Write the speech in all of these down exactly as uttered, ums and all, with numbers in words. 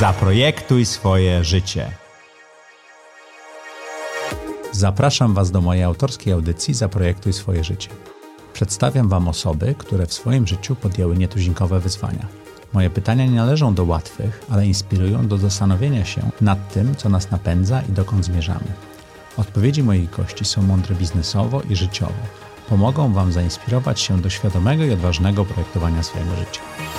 Zaprojektuj swoje życie. Zapraszam Was do mojej autorskiej audycji Zaprojektuj swoje życie. Przedstawiam Wam osoby, które w swoim życiu podjęły nietuzinkowe wyzwania. Moje pytania nie należą do łatwych, ale inspirują do zastanowienia się nad tym, co nas napędza i dokąd zmierzamy. Odpowiedzi moich gości są mądre biznesowo i życiowo. Pomogą Wam zainspirować się do świadomego i odważnego projektowania swojego życia.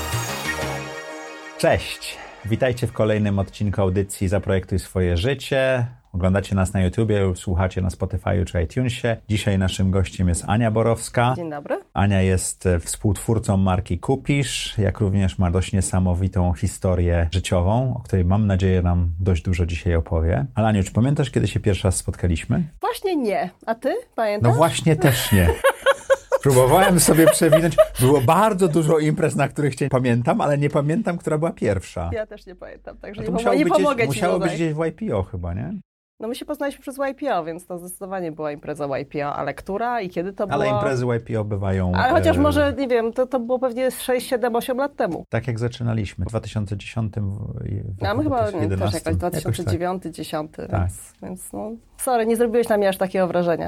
Cześć! Witajcie w kolejnym odcinku audycji Zaprojektuj swoje życie. Oglądacie nas na YouTubie lub słuchacie na Spotify czy iTunesie. Dzisiaj naszym gościem jest Ania Borowska. Dzień dobry. Ania jest współtwórcą marki Kupisz, jak również ma dość niesamowitą historię życiową, o której mam nadzieję nam dość dużo dzisiaj opowie. Ale Aniu, czy pamiętasz, kiedy się pierwszy raz spotkaliśmy? Właśnie nie. A ty? Pamiętasz? No właśnie też nie. Próbowałem sobie przewinąć. Było bardzo dużo imprez, na których cię pamiętam, ale nie pamiętam, która była pierwsza. Ja też nie pamiętam, także nie, nie, musiało nie być pomogę gdzieś, ci Musiało tutaj. być gdzieś w Y P O chyba, nie? No my się poznaliśmy przez Y P O, więc to zdecydowanie była impreza Y P O, ale która i kiedy to było? Ale imprezy Y P O bywają... Ale chociaż e... może, nie wiem, to, to było pewnie sześć, siedem, osiem lat temu. Tak jak zaczynaliśmy, w dwa tysiące dziesiątym. W, A my chyba, nie, jedenastym. też jakoś dwa tysiące dziewiąty, dwa tysiące dziesiąty, tak. więc, więc no, sorry, nie zrobiłeś na mnie aż takiego wrażenia.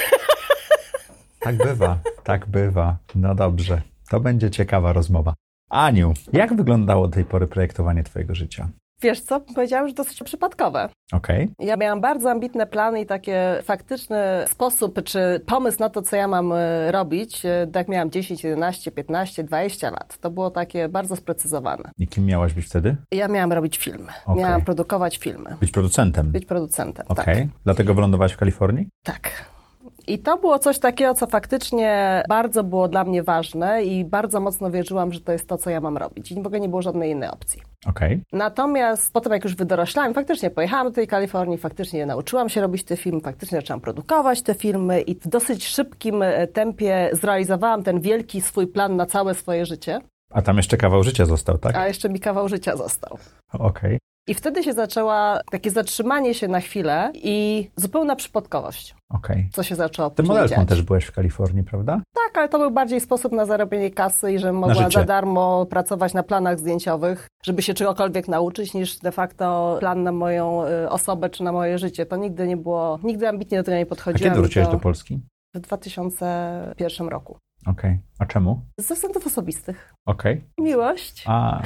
Tak bywa, tak bywa. No dobrze, to będzie ciekawa rozmowa. Aniu, jak wyglądało do tej pory projektowanie twojego życia? Wiesz co, powiedziałam, że dosyć przypadkowe. Okej. Okay. Ja miałam bardzo ambitne plany i taki faktyczny sposób, czy pomysł na to, co ja mam robić, jak miałam dziesięć, jedenaście, piętnaście, dwadzieścia lat. To było takie bardzo sprecyzowane. I kim miałaś być wtedy? Ja miałam robić filmy. Okay. Miałam produkować filmy. Być producentem? Być producentem, Okej. tak. Okay. Dlatego wylądowałaś w Kalifornii? Tak. I to było coś takiego, co faktycznie bardzo było dla mnie ważne i bardzo mocno wierzyłam, że to jest to, co ja mam robić. I w ogóle nie było żadnej innej opcji. Okay. Natomiast potem, jak już wydoroślałam, faktycznie pojechałam do tej Kalifornii, faktycznie nauczyłam się robić te filmy, faktycznie zaczęłam produkować te filmy i w dosyć szybkim tempie zrealizowałam ten wielki swój plan na całe swoje życie. A tam jeszcze kawał życia został, tak? A jeszcze mi kawał życia został. Okej. Okay. I wtedy się zaczęła takie zatrzymanie się na chwilę i zupełna przypadkowość. Okej. Okay. Co się zaczęło Ty modelką dziać. Też byłeś w Kalifornii, prawda? Tak, ale to był bardziej sposób na zarobienie kasy i że mogła za darmo pracować na planach zdjęciowych, żeby się czegokolwiek nauczyć, niż de facto plan na moją y, osobę czy na moje życie. To nigdy nie było, nigdy ambitnie do tego nie podchodziłam. A kiedy wróciłeś do... do Polski? W dwa tysiące pierwszym roku. Okej. Okay. A czemu? Ze względów osobistych. Okej. Okay. Miłość. A...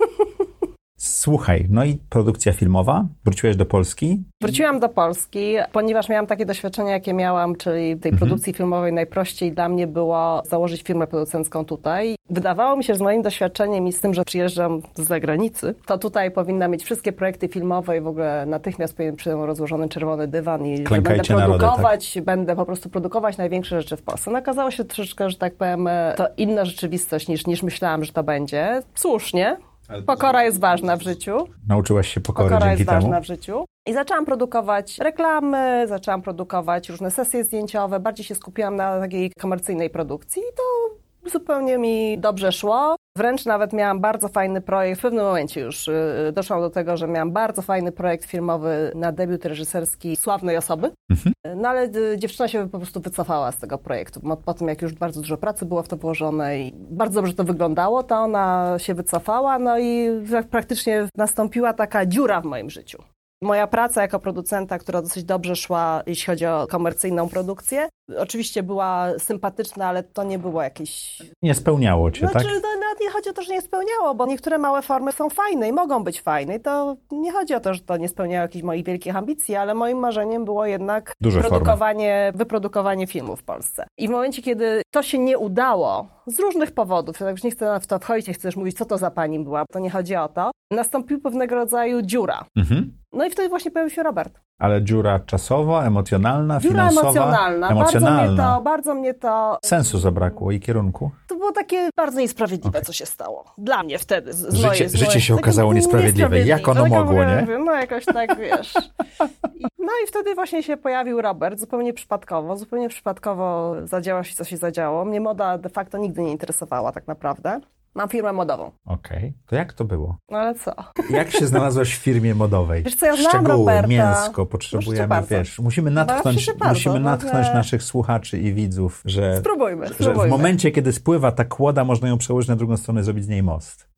Słuchaj, no i produkcja filmowa. Wróciłeś do Polski? Wróciłam do Polski, ponieważ miałam takie doświadczenia, jakie miałam, czyli tej mhm. produkcji filmowej najprościej dla mnie było założyć firmę producencką tutaj. Wydawało mi się, że z moim doświadczeniem i z tym, że przyjeżdżam z zagranicy, to tutaj powinna mieć wszystkie projekty filmowe i w ogóle natychmiast powinien przy tym rozłożony czerwony dywan i że będę produkować, narody, tak? będę po prostu produkować największe rzeczy w Polsce. No okazało się troszeczkę, że tak powiem, to inna rzeczywistość niż, niż myślałam, że to będzie. Słusznie. Pokora jest ważna w życiu. Nauczyłaś się pokory Pokora dzięki jest temu. ważna w życiu. I zaczęłam produkować reklamy, zaczęłam produkować różne sesje zdjęciowe. Bardziej się skupiłam na takiej komercyjnej produkcji i to zupełnie mi dobrze szło. Wręcz nawet miałam bardzo fajny projekt. W pewnym momencie już yy, doszłam do tego, że miałam bardzo fajny projekt filmowy na debiut reżyserski sławnej osoby. Mhm. No ale y, dziewczyna się po prostu wycofała z tego projektu. Po tym, jak już bardzo dużo pracy było w to włożone i bardzo dobrze to wyglądało, to ona się wycofała. No i praktycznie nastąpiła taka dziura w moim życiu. Moja praca jako producenta, która dosyć dobrze szła, jeśli chodzi o komercyjną produkcję, oczywiście była sympatyczna, ale to nie było jakieś... Nie spełniało cię, znaczy, tak? No, nawet nie chodzi o to, że nie spełniało, bo niektóre małe formy są fajne i mogą być fajne. I to nie chodzi o to, że to nie spełniało jakichś moich wielkich ambicji, ale moim marzeniem było jednak Duże produkowanie, wyprodukowanie filmu w Polsce. I w momencie, kiedy to się nie udało, z różnych powodów, ja już nie chcę w to wchodzić, nie chcę też mówić, co to za pani była, to nie chodzi o to, nastąpił pewnego rodzaju dziura. Mhm. No i wtedy właśnie pojawił się Robert. Ale dziura czasowa, emocjonalna, dziura finansowa? emocjonalna. emocjonalna. Bardzo mnie to, bardzo mnie to... Sensu zabrakło i kierunku? To było takie bardzo niesprawiedliwe, okay. co się stało. Dla mnie wtedy. Z, z życie mojej, z życie mojej, się okazało niesprawiedliwe. Jak ono mogło, nie? No jakoś tak, wiesz. I, no i wtedy właśnie się pojawił Robert, zupełnie przypadkowo. Zupełnie przypadkowo zadziało się, co się zadziało. Mnie moda de facto nigdy nie interesowała tak naprawdę. Mam firmę modową. Okej. Okay. To jak to było? No ale co? Jak się znalazłaś w firmie modowej? Wiesz co, ja znałam Szczegóły, Roberta. mięsko, potrzebujemy, wiesz, musimy natchnąć, musimy bardzo, natchnąć że... naszych słuchaczy i widzów, że, spróbujmy, że spróbujmy. w momencie, kiedy spływa ta kłoda, można ją przełożyć na drugą stronę i zrobić z niej most. Mm,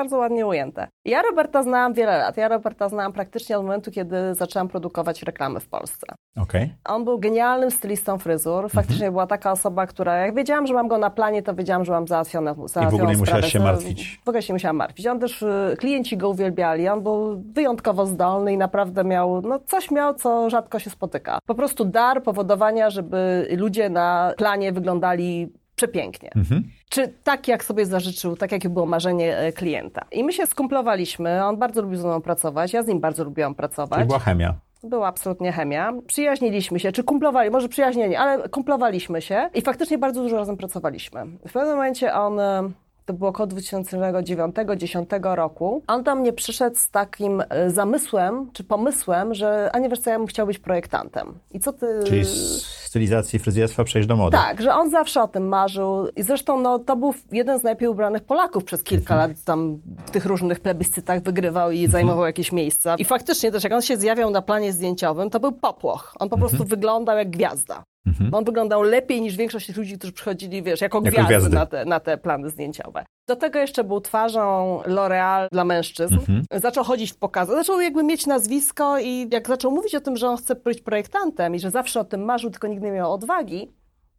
bardzo ładnie ujęte. Ja Roberta znałam wiele lat. Ja Roberta znałam praktycznie od momentu, kiedy zaczęłam produkować reklamy w Polsce. Okay. On był genialnym stylistą fryzur. Faktycznie mhm. była taka osoba, która jak wiedziałam, że mam go na planie, to wiedziałam, że mam załatwione, załatwioną I w ogóle nie sprawę. musiałaś się martwić. W ogóle się musiałam martwić. On też, klienci go uwielbiali. On był wyjątkowo zdolny i naprawdę miał, no coś miał, co rzadko się spotyka. Po prostu dar powodowania, żeby ludzie na planie wyglądali przepięknie. Mhm. Czy tak, jak sobie zażyczył, tak, jakie było marzenie klienta. I my się skumplowaliśmy, on bardzo lubił ze mną pracować, ja z nim bardzo lubiłam pracować. Czyli była chemia. Była absolutnie chemia. Przyjaźniliśmy się, czy kumplowali, może przyjaźnieni, ale kumplowaliśmy się i faktycznie bardzo dużo razem pracowaliśmy. W pewnym momencie on... To było około dwa tysiące dziewiątego do dwa tysiące dziesiątego roku. On do mnie przyszedł z takim zamysłem, czy pomysłem, że a nie wiesz co, ja bym chciał być projektantem. I co ty... Czyli z stylizacji fryzjerstwa przejść do mody. Tak, że on zawsze o tym marzył. I zresztą no, to był jeden z najlepiej ubranych Polaków przez kilka mhm. lat. Tam w tych różnych plebiscytach wygrywał i mhm. zajmował jakieś miejsca. I faktycznie też jak on się zjawiał na planie zdjęciowym, to był popłoch. On po mhm. prostu wyglądał jak gwiazda. Mhm. On wyglądał lepiej niż większość ludzi, którzy przychodzili, wiesz, jako, jako gwiazdy, gwiazdy. Na, te, na te plany zdjęciowe. Do tego jeszcze był twarzą L'Oréal dla mężczyzn. Mhm. Zaczął chodzić w pokazy, zaczął jakby mieć nazwisko i jak zaczął mówić o tym, że on chce być projektantem i że zawsze o tym marzył, tylko nigdy nie miał odwagi,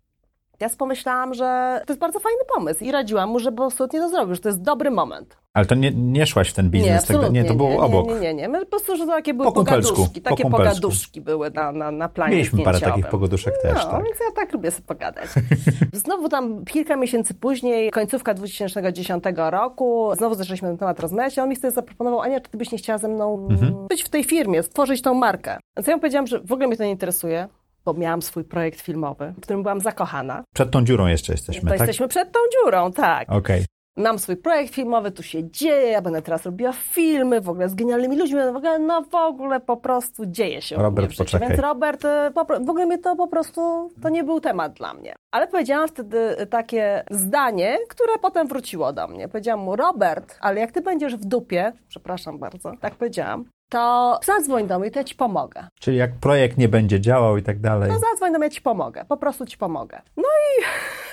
ja pomyślałam, że to jest bardzo fajny pomysł i radziłam mu, żeby absolutnie to zrobił, że to jest dobry moment. Ale to nie, nie szłaś w ten biznes? Nie, tak, nie to było nie, obok. Nie, nie, nie. My po prostu, że to takie były po pogaduszki. Po takie kumpelsku. pogaduszki były na, na, na planie Mieliśmy zdjęciowym. parę takich pogaduszek też, no, tak. więc ja tak lubię sobie pogadać. Znowu tam kilka miesięcy później, końcówka dwa tysiące dziesiątego roku, znowu zaczęliśmy ten temat rozmawiać i on mi wtedy zaproponował, Ania, czy ty byś nie chciała ze mną mhm. być w tej firmie, stworzyć tą markę? Więc ja mu powiedziałam, że w ogóle mnie to nie interesuje, bo miałam swój projekt filmowy, w którym byłam zakochana. Przed tą dziurą jeszcze jesteśmy, to tak? Jesteśmy przed tą dziurą, tak. Okej. Okay. Mam swój projekt filmowy, tu się dzieje, ja będę teraz robiła filmy, w ogóle z genialnymi ludźmi, w ogóle, no w ogóle po prostu dzieje się. Robert, poczekaj. Więc Robert, w ogóle mnie to po prostu, to nie był temat dla mnie. Ale powiedziałam wtedy takie zdanie, które potem wróciło do mnie. Powiedziałam mu, Robert, ale jak ty będziesz w dupie, przepraszam bardzo, tak powiedziałam, to zadzwoń do mnie, to ja ci pomogę. Czyli jak projekt nie będzie działał i tak dalej. No zadzwoń do mnie, ja ci pomogę, po prostu ci pomogę. No i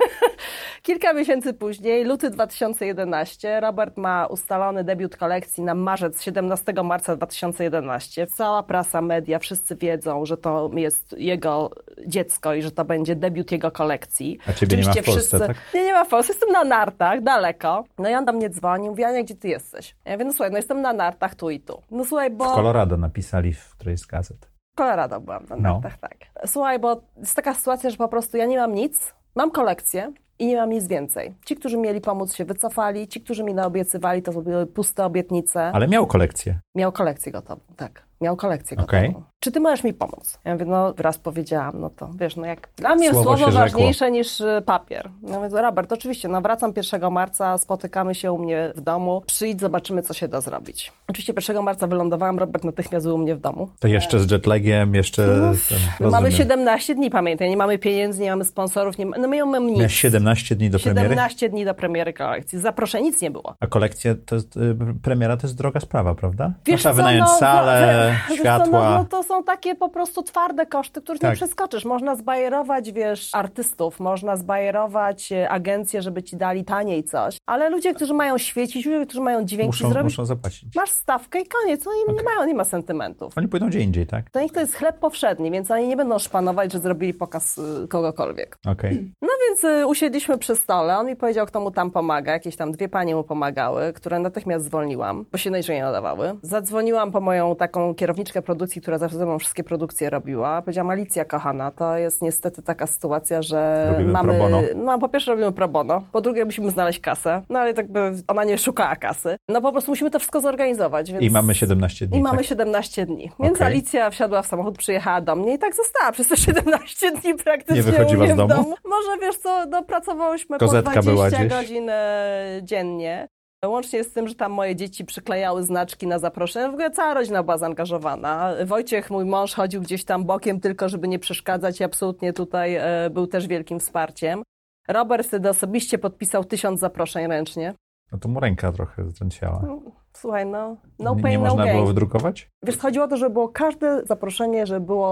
kilka miesięcy później, luty dwa tysiące jedenasty, Robert ma ustalony debiut kolekcji na marzec, siedemnastego marca dwa tysiące jedenastego. Cała prasa, media, wszyscy wiedzą, że to jest jego dziecko i że to będzie debiut jego kolekcji. A ciebie Oczywiście nie ma w Polsce, wszyscy... tak? Nie, nie ma w Polsce, jestem na nartach, daleko. No i on do mnie dzwoni, mówi, Ania, gdzie ty jesteś? Ja mówię, no słuchaj, no jestem na nartach tu i tu. No słuchaj, bo... W Colorado napisali w którejś z gazet. W Colorado byłam na nartach, no. tak. Słuchaj, bo jest taka sytuacja, że po prostu ja nie mam nic, mam kolekcję i nie mam nic więcej. Ci, którzy mieli pomóc, się wycofali, ci, którzy mi naobiecywali, to były puste obietnice. Ale miał kolekcję. Miał kolekcję gotową, tak. Miał kolekcję okay. gotową. Czy ty możesz mi pomóc? Ja mówię, no raz powiedziałam, no to wiesz, no jak... Dla mnie słowo, słowo ważniejsze rzekło. niż papier. Ja mówię, Robert, oczywiście, no wracam pierwszego marca, spotykamy się u mnie w domu, przyjdź, zobaczymy, co się da zrobić. Oczywiście pierwszego marca wylądowałam, Robert natychmiast był u mnie w domu. To jeszcze z jetlagiem, jeszcze... No, ten, mamy siedemnaście dni, pamiętaj, nie mamy pieniędzy, nie mamy sponsorów, nie, no my mamy nic. Miałeś siedemnaście dni do premiery? siedemnaście dni do premiery kolekcji. Zaproszeń nic nie było. A kolekcja, to jest, y, premiera to jest droga sprawa, prawda? Wiesz Trzeba co, wynająć no, salę, w, światła. Co, no, no to są takie po prostu twarde koszty, których tak. nie przeskoczysz. Można zbajerować, wiesz, artystów, można zbajerować agencję, żeby ci dali taniej coś, ale ludzie, którzy mają świecić, ludzie, którzy mają dźwięki muszą, zrobić, muszą zapłacić. Masz stawkę i koniec. Oni okay. nie mają, nie ma sentymentów. Oni pójdą gdzie indziej, tak? To nich to jest chleb powszedni, więc oni nie będą szpanować, że zrobili pokaz y, kogokolwiek. Okay. No więc y, usiedliśmy przy stole, on mi powiedział, kto mu tam pomaga, jakieś tam dwie panie mu pomagały, które natychmiast zwolniłam, bo się najczęściej nie nadawały. Zadzwoniłam po moją taką kierowniczkę produkcji, która zawsze ze mną wszystkie produkcje robiła. Powiedziałam, Alicja kochana, to jest niestety taka sytuacja, że robimy mamy... pro bono. No po pierwsze robimy pro bono, po drugie musimy znaleźć kasę, no ale tak by ona nie szukała kasy. No po prostu musimy to wszystko zorganizować. Więc... I mamy siedemnaście dni. I tak? mamy siedemnaście dni. Więc okay. Alicja wsiadła w samochód, przyjechała do mnie i tak została przez te siedemnaście dni praktycznie. Nie wychodziła z domu? domu. Może wiesz co, no, pracowałyśmy Kozetka po dwadzieścia była godzin dziennie. Łącznie z tym, że tam moje dzieci przyklejały znaczki na zaproszenie. W ogóle cała rodzina była zaangażowana. Wojciech, mój mąż, chodził gdzieś tam bokiem tylko, żeby nie przeszkadzać i absolutnie tutaj e, był też wielkim wsparciem. Robert wtedy osobiście podpisał tysiąc zaproszeń ręcznie. No to mu ręka trochę zdrętwiała. Słuchaj, no, no nie, pain, nie no można gain. było wydrukować? Wiesz, chodziło o to, żeby było każde zaproszenie, żeby było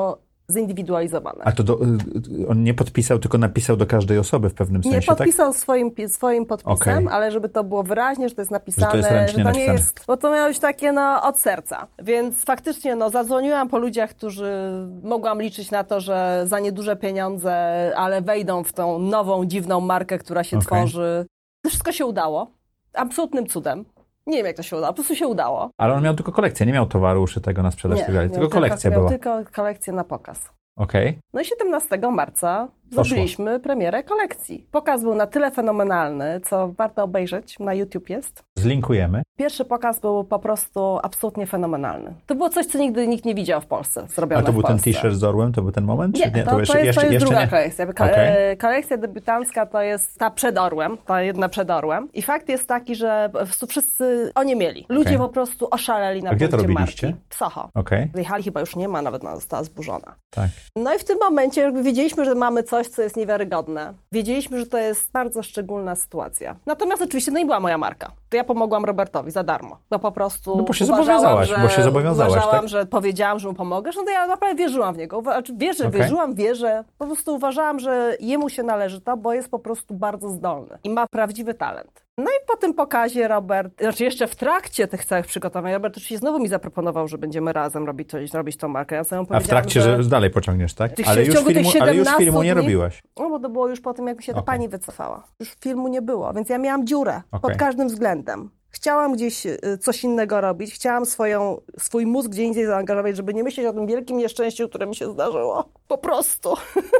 zindywidualizowane. A to do, on nie podpisał, tylko napisał do każdej osoby w pewnym sensie, Nie podpisał tak? swoim, swoim podpisem, okay. ale żeby to było wyraźnie, że to jest napisane, że to, jest ręcznie że to nie napisane. jest, bo to miało być takie no, od serca. Więc faktycznie no, zadzwoniłam po ludziach, którzy mogłam liczyć na to, że za nieduże pieniądze, ale wejdą w tą nową, dziwną markę, która się okay. tworzy. To wszystko się udało. Absolutnym cudem. Nie wiem, jak to się udało, po prostu się udało. Ale on miał tylko kolekcję, nie miał towaru uszytego na sprzedaż, nie, tak dalej. Tylko kolekcja miał była. tylko kolekcję na pokaz. Okej. Okay. No i siedemnastego marca Poszło. Zrobiliśmy premierę kolekcji. Pokaz był na tyle fenomenalny, co warto obejrzeć, na YouTube jest. Zlinkujemy. Pierwszy pokaz był po prostu absolutnie fenomenalny. To było coś, co nigdy nikt nie widział w Polsce, zrobione A to był w Polsce. ten t-shirt z orłem? To był ten moment? Nie, czy nie? To, to, jeszcze, to jest, jeszcze, to jest jeszcze druga nie? kolekcja. Ko- okay. Kolekcja debiutancka to jest ta przed orłem, ta jedna przed orłem. I fakt jest taki, że po prostu wszyscy oni mieli. Ludzie okay. po prostu oszaleli na A gdzie to robiliście? marki. W Soho. Okay. Wyjechali chyba już nie ma, nawet ona została zburzona. Tak. No i w tym momencie jakby wiedzieliśmy, że mamy coś, co jest niewiarygodne. Wiedzieliśmy, że to jest bardzo szczególna sytuacja. Natomiast oczywiście to nie była moja marka. To ja pomogłam Robertowi za darmo. Bo po prostu No bo się uważałam, zobowiązałaś, że, bo się zobowiązałaś, uważałam, tak? że powiedziałam, że mu pomogę, że no to ja naprawdę wierzyłam w niego. Znaczy wierzę, okay. wierzyłam, wierzę. Po prostu uważałam, że jemu się należy to, bo jest po prostu bardzo zdolny i ma prawdziwy talent. No i po tym pokazie Robert, znaczy jeszcze w trakcie tych całych przygotowań, Robert oczywiście znowu mi zaproponował, że będziemy razem robić, coś, robić tą markę. Ja sobie A w trakcie, że, że dalej pociągniesz, tak? Tych, ale, już filmu, ale już filmu nie dni, robiłaś. No bo to było już po tym, jak się ta okay. pani wycofała. Już filmu nie było, więc ja miałam dziurę okay. pod każdym względem. Chciałam gdzieś coś innego robić, chciałam swoją, swój mózg gdzie indziej zaangażować, żeby nie myśleć o tym wielkim nieszczęściu, które mi się zdarzyło. Po prostu.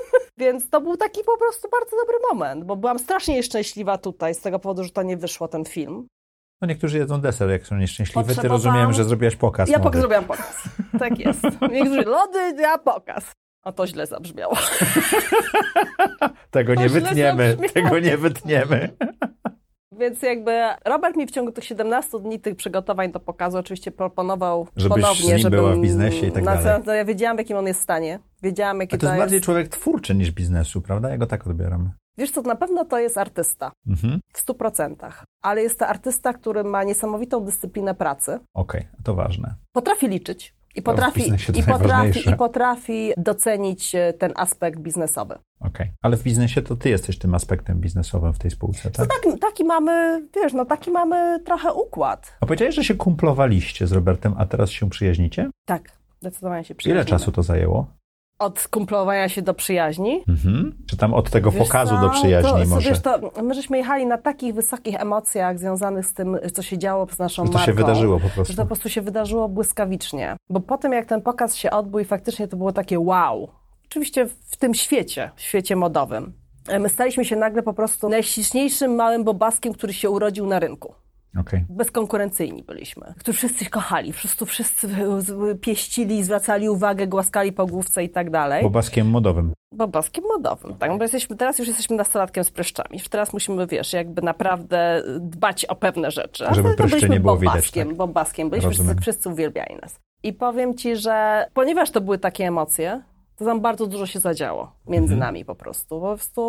Więc to był taki po prostu bardzo dobry moment, bo byłam strasznie nieszczęśliwa tutaj z tego powodu, że to nie wyszło, ten film. No niektórzy jedzą deser, jak są nieszczęśliwi. Ty rozumiem, że zrobiłaś pokaz. Ja pokaz zrobiłam pokaz. Tak jest. Niektórzy lody, ja pokaz. A to źle zabrzmiało. Tego to nie wytniemy, tego nie wytniemy. Więc jakby Robert mi w ciągu tych siedemnastu dni tych przygotowań do pokazu oczywiście proponował Żebyś ponownie, z nim żebym... była w biznesie i tak na, dalej. To ja wiedziałam, w jakim on jest stanie. Wiedziałam, jakie A to jest to bardziej jest... człowiek twórczy niż biznesu, prawda? Ja go tak odbieram. Wiesz co, na pewno to jest artysta. Mhm. W stu procentach. Ale jest to artysta, który ma niesamowitą dyscyplinę pracy. Okej, okay, to ważne. Potrafi liczyć. I potrafi, i, potrafi, I potrafi docenić ten aspekt biznesowy. Okej, okay. Ale w biznesie to ty jesteś tym aspektem biznesowym w tej spółce, tak? To taki, taki mamy, wiesz, no taki mamy trochę układ. A powiedziałeś, że się kumplowaliście z Robertem, a teraz się przyjaźnicie? Tak, zdecydowanie się przyjaźnimy. Ile czasu to zajęło? Od kumplowania się do przyjaźni. Mhm. Czy tam od tego wiesz pokazu co? do przyjaźni to, może? Wiesz, to my żeśmy jechali na takich wysokich emocjach związanych z tym, co się działo z naszą że to marką. się wydarzyło po prostu. Że to po prostu się wydarzyło błyskawicznie. Bo po tym, jak ten pokaz się odbył i faktycznie to było takie wow. Oczywiście w tym świecie, w świecie modowym. My staliśmy się nagle po prostu najśliczniejszym małym bobaskiem, który się urodził na rynku. Okay. Bezkonkurencyjni byliśmy, którzy wszyscy kochali, po prostu wszyscy pieścili, zwracali uwagę, głaskali po główce i tak dalej. Bobaskiem modowym. Bobaskiem modowym, tak, bo jesteśmy, teraz już jesteśmy nastolatkiem z pryszczami, już teraz musimy, wiesz, jakby naprawdę dbać o pewne rzeczy. A żeby pryszczy nie było widać, tak? Bobaskiem, byliśmy, wszyscy, wszyscy uwielbiali nas. I powiem ci, że ponieważ to były takie emocje, to tam bardzo dużo się zadziało między mhm. nami po prostu, po prostu,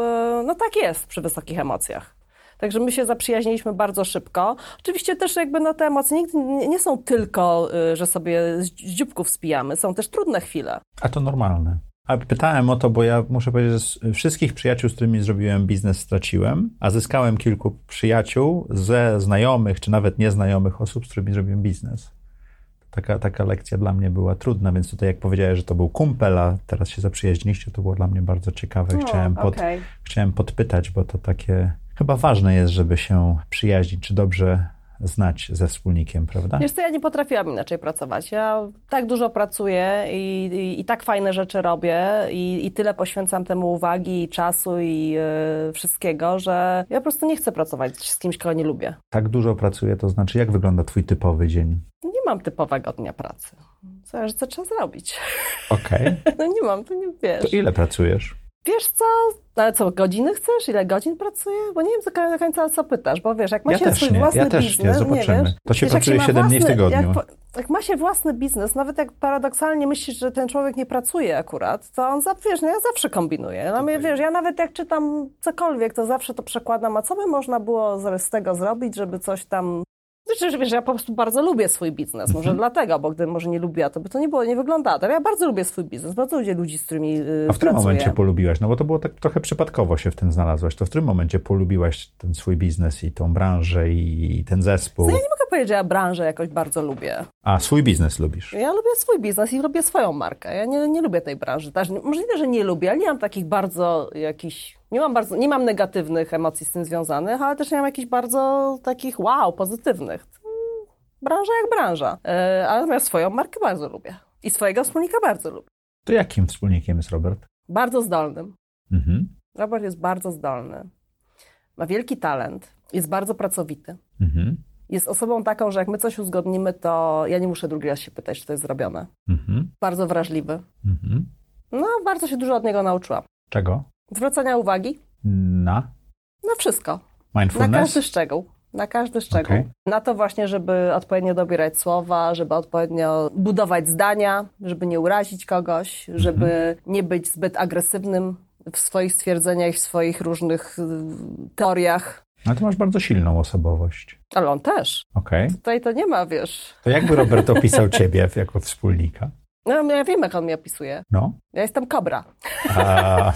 no tak jest przy wysokich emocjach. Także my się zaprzyjaźniliśmy bardzo szybko. Oczywiście też jakby no te emocje nigdy nie są tylko, że sobie z dzióbków spijamy, są też trudne chwile. A to normalne. A pytałem o to, bo ja muszę powiedzieć, że z wszystkich przyjaciół, z którymi zrobiłem biznes, straciłem, a zyskałem kilku przyjaciół ze znajomych, czy nawet nieznajomych osób, z którymi zrobiłem biznes. Taka, taka lekcja dla mnie była trudna, więc tutaj jak powiedziałeś, że to był kumpel, a teraz się zaprzyjaźniliście, to było dla mnie bardzo ciekawe. Chciałem, pod, okay. chciałem podpytać, bo to takie... Chyba ważne jest, żeby się przyjaźnić, czy dobrze znać ze wspólnikiem, prawda? Wiesz co, ja nie potrafiłam inaczej pracować. Ja tak dużo pracuję i, i, i tak fajne rzeczy robię i, i tyle poświęcam temu uwagi i czasu i yy, wszystkiego, że ja po prostu nie chcę pracować z kimś, kogo nie lubię. Tak dużo pracuję, to znaczy jak wygląda twój typowy dzień? Nie mam typowego dnia pracy. Zależy, co trzeba zrobić. Okej. Okay. No nie mam, to nie wiesz. To ile pracujesz? Wiesz co, ale co, godziny chcesz? Ile godzin pracuję? Bo nie wiem do końca, co pytasz, bo wiesz, jak ma ja się też swój nie. własny ja też biznes, nie, zobaczymy. Nie, wiesz, to się wiesz, pracuje się siedem dni w tygodniu. Jak, jak ma się własny biznes, nawet jak paradoksalnie myślisz, że ten człowiek nie pracuje akurat, to on, wiesz, no ja zawsze kombinuję. No, okay. Wiesz, ja nawet jak czytam cokolwiek, to zawsze to przekładam, a co by można było z tego zrobić, żeby coś tam... Przecież wiesz, ja po prostu bardzo lubię swój biznes, może Mhm. dlatego, bo gdybym może nie lubiła, to by to nie było, nie wyglądało. Ale ja bardzo lubię swój biznes, bardzo lubię ludzi, z którymi yy, A w którym pracuję. momencie polubiłaś? No bo to było tak trochę przypadkowo się w tym znalazłaś. To w którym momencie polubiłaś ten swój biznes i tą branżę i ten zespół? No ja nie mogę powiedzieć, że ja branżę jakoś bardzo lubię. A swój biznes lubisz? Ja lubię swój biznes i lubię swoją markę. Ja nie, nie lubię tej branży. Też, możliwe, że nie lubię, ale nie mam takich bardzo jakichś, nie mam bardzo, nie mam negatywnych emocji z tym związanych, ale też nie mam jakichś bardzo takich wow, pozytywnych. Branża jak branża. Yy, ale natomiast swoją markę bardzo lubię. I swojego wspólnika bardzo lubię. To jakim wspólnikiem jest Robert? Bardzo zdolnym. Mhm. Robert jest bardzo zdolny. Ma wielki talent. Jest bardzo pracowity. Mhm. Jest osobą taką, że jak my coś uzgodnimy, to ja nie muszę drugi raz się pytać, czy to jest zrobione. Mhm. Bardzo wrażliwy. Mhm. No, bardzo się dużo od niego nauczyłam. Czego? Zwracania uwagi Na? na wszystko. Mindfulness? Na każdy szczegół. Na każdy szczegół. Okay. Na to właśnie, żeby odpowiednio dobierać słowa, żeby odpowiednio budować zdania, żeby nie urazić kogoś, mhm. żeby nie być zbyt agresywnym w swoich stwierdzeniach, w swoich różnych y, teoriach. Ale ty masz bardzo silną osobowość. Ale on też. Okej. Okay. Tutaj to nie ma, wiesz... To jakby Robert opisał ciebie jako wspólnika? No, ja wiem, jak on mnie opisuje. No. Ja jestem kobra. A,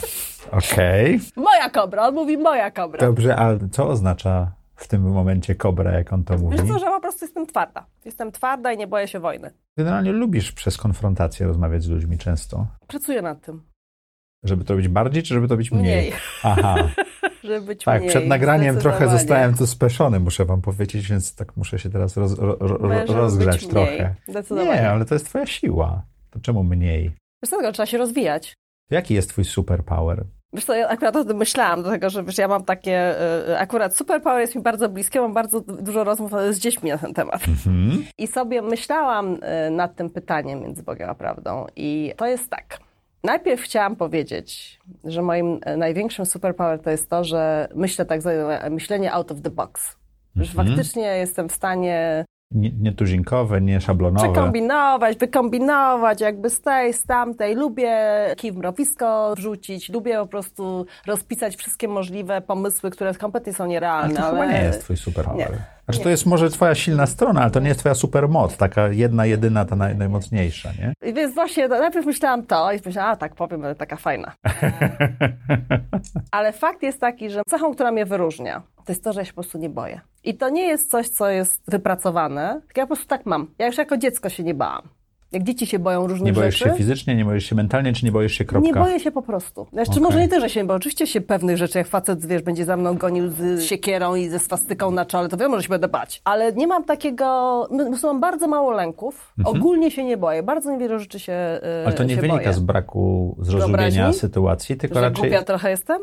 okej. Okay. Moja kobra, on mówi moja kobra. Dobrze, a co oznacza w tym momencie kobra, jak on to mówi? Wiesz co, że po prostu jestem twarda. Jestem twarda i nie boję się wojny. Generalnie lubisz przez konfrontację rozmawiać z ludźmi często. Pracuję nad tym. Żeby to robić bardziej, czy żeby to być mniej? Mniej. Aha. Żeby być tak, mniej. przed nagraniem trochę zostałem tu speszony, muszę wam powiedzieć, więc tak muszę się teraz roz, ro, ro, rozgrzać być trochę. Zdecydowanie. Nie, ale to jest twoja siła. To czemu mniej? Wiesz co, tylko trzeba się rozwijać. Jaki jest twój superpower? Wiesz co, ja akurat o tym myślałam, dlatego że wiesz, ja mam takie, y, akurat superpower jest mi bardzo bliskie, mam bardzo dużo rozmów z dziećmi na ten temat. Mhm. I sobie myślałam y, nad tym pytaniem między Bogiem a prawdą i to jest tak. Najpierw chciałam powiedzieć, że moim największym superpower to jest to, że myślę tak zwane myślenie out of the box. Że Mhm. faktycznie jestem w stanie Nie, nie tuzinkowe, nie szablonowe. Przekombinować, wykombinować, jakby z tej, z tamtej. Lubię kij w mrowisko wrzucić, lubię po prostu rozpisać wszystkie możliwe pomysły, które kompletnie są nierealne. Ale to ale chyba nie jest twój superpower. Nie. Znaczy Nie. to jest może twoja silna strona, ale to nie jest twoja supermoc, taka jedna, jedyna, ta naj, najmocniejsza, nie? I więc właśnie to, najpierw myślałam to i myślałam, a tak powiem, ale taka fajna. Ale fakt jest taki, że cechą, która mnie wyróżnia, to jest to, że ja się po prostu nie boję. I to nie jest coś, co jest wypracowane, tylko ja po prostu tak mam. Ja już jako dziecko się nie bałam. Jak dzieci się boją różnych Nie boisz rzeczy. się fizycznie, nie boisz się mentalnie, czy nie boisz się kropka? Nie boję się po prostu. Znaczy, Okay. może nie tyle, że się nie boję. Oczywiście się pewnych rzeczy, jak facet, wiesz, będzie za mną gonił z siekierą i ze swastyką na czole, to wiadomo, że się będę bać. Ale nie mam takiego... Po prostu mam bardzo mało lęków. Mhm. Ogólnie się nie boję. Bardzo niewiele rzeczy się yy, Ale to nie wynika boję. z braku zrozumienia Wyobraźni? sytuacji, tylko Że raczej... głupia trochę jestem?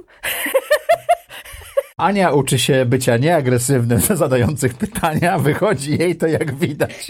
Ania uczy się bycia nieagresywnym, zadających pytania, wychodzi jej to jak widać.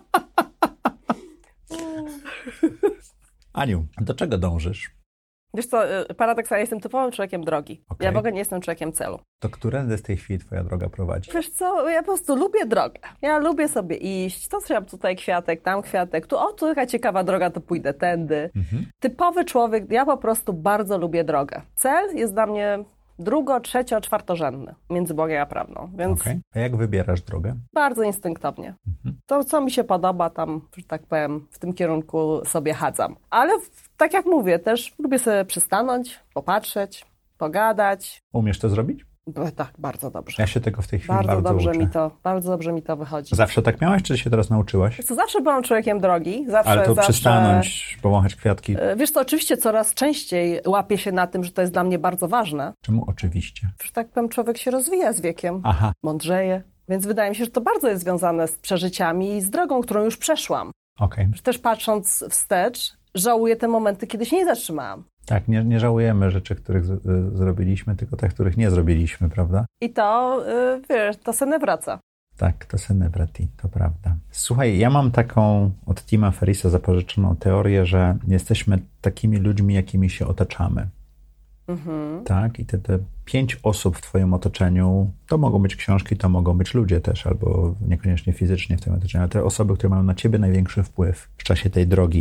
Aniu, do czego dążysz? Wiesz co, paradoksalnie jestem typowym człowiekiem drogi. Okay. Ja w ogóle nie jestem człowiekiem celu. To którędy z tej chwili twoja droga prowadzi? Wiesz co, ja po prostu lubię drogę. Ja lubię sobie iść, to trzeba tutaj kwiatek, tam kwiatek, tu o, tu taka ciekawa droga, to pójdę tędy. Mhm. Typowy człowiek, ja po prostu bardzo lubię drogę. Cel jest dla mnie drugo, trzecio, czwartorzędny między Bogiem a prawdą, więc okay. A jak wybierasz drogę? Bardzo instynktownie. Mhm. To, co mi się podoba, tam, że tak powiem, w tym kierunku sobie chadzam. Ale tak jak mówię, też lubię sobie przystanąć, popatrzeć, pogadać. Umiesz to zrobić? Tak, bardzo dobrze. Ja się tego w tej chwili bardzo, bardzo dobrze uczę. mi to, bardzo dobrze mi to wychodzi. Zawsze tak miałaś, czy się teraz nauczyłaś? Wiesz co, zawsze byłam człowiekiem drogi. Zawsze, Ale to zawsze... przystanąć, powąchać kwiatki. Wiesz co, oczywiście coraz częściej łapię się na tym, że to jest dla mnie bardzo ważne. Czemu oczywiście? Że tak powiem, człowiek się rozwija z wiekiem. Aha. Mądrzeje. Więc wydaje mi się, że to bardzo jest związane z przeżyciami i z drogą, którą już przeszłam. Okej. Okay. Też patrząc wstecz, żałuję te momenty, kiedy się nie zatrzymałam. Tak, nie, nie żałujemy rzeczy, których z, y, zrobiliśmy, tylko tych, których nie zrobiliśmy, prawda? I to, yy, wiesz, to se nie wraca. Tak, to se nie wraci, to prawda. Słuchaj, ja mam taką od Tima Ferrissa zapożyczoną teorię, że jesteśmy takimi ludźmi, jakimi się otaczamy. Mhm. Tak, i te, te pięć osób w twoim otoczeniu, to mogą być książki, to mogą być ludzie też, albo niekoniecznie fizycznie w twoim otoczeniu, ale te osoby, które mają na ciebie największy wpływ w czasie tej drogi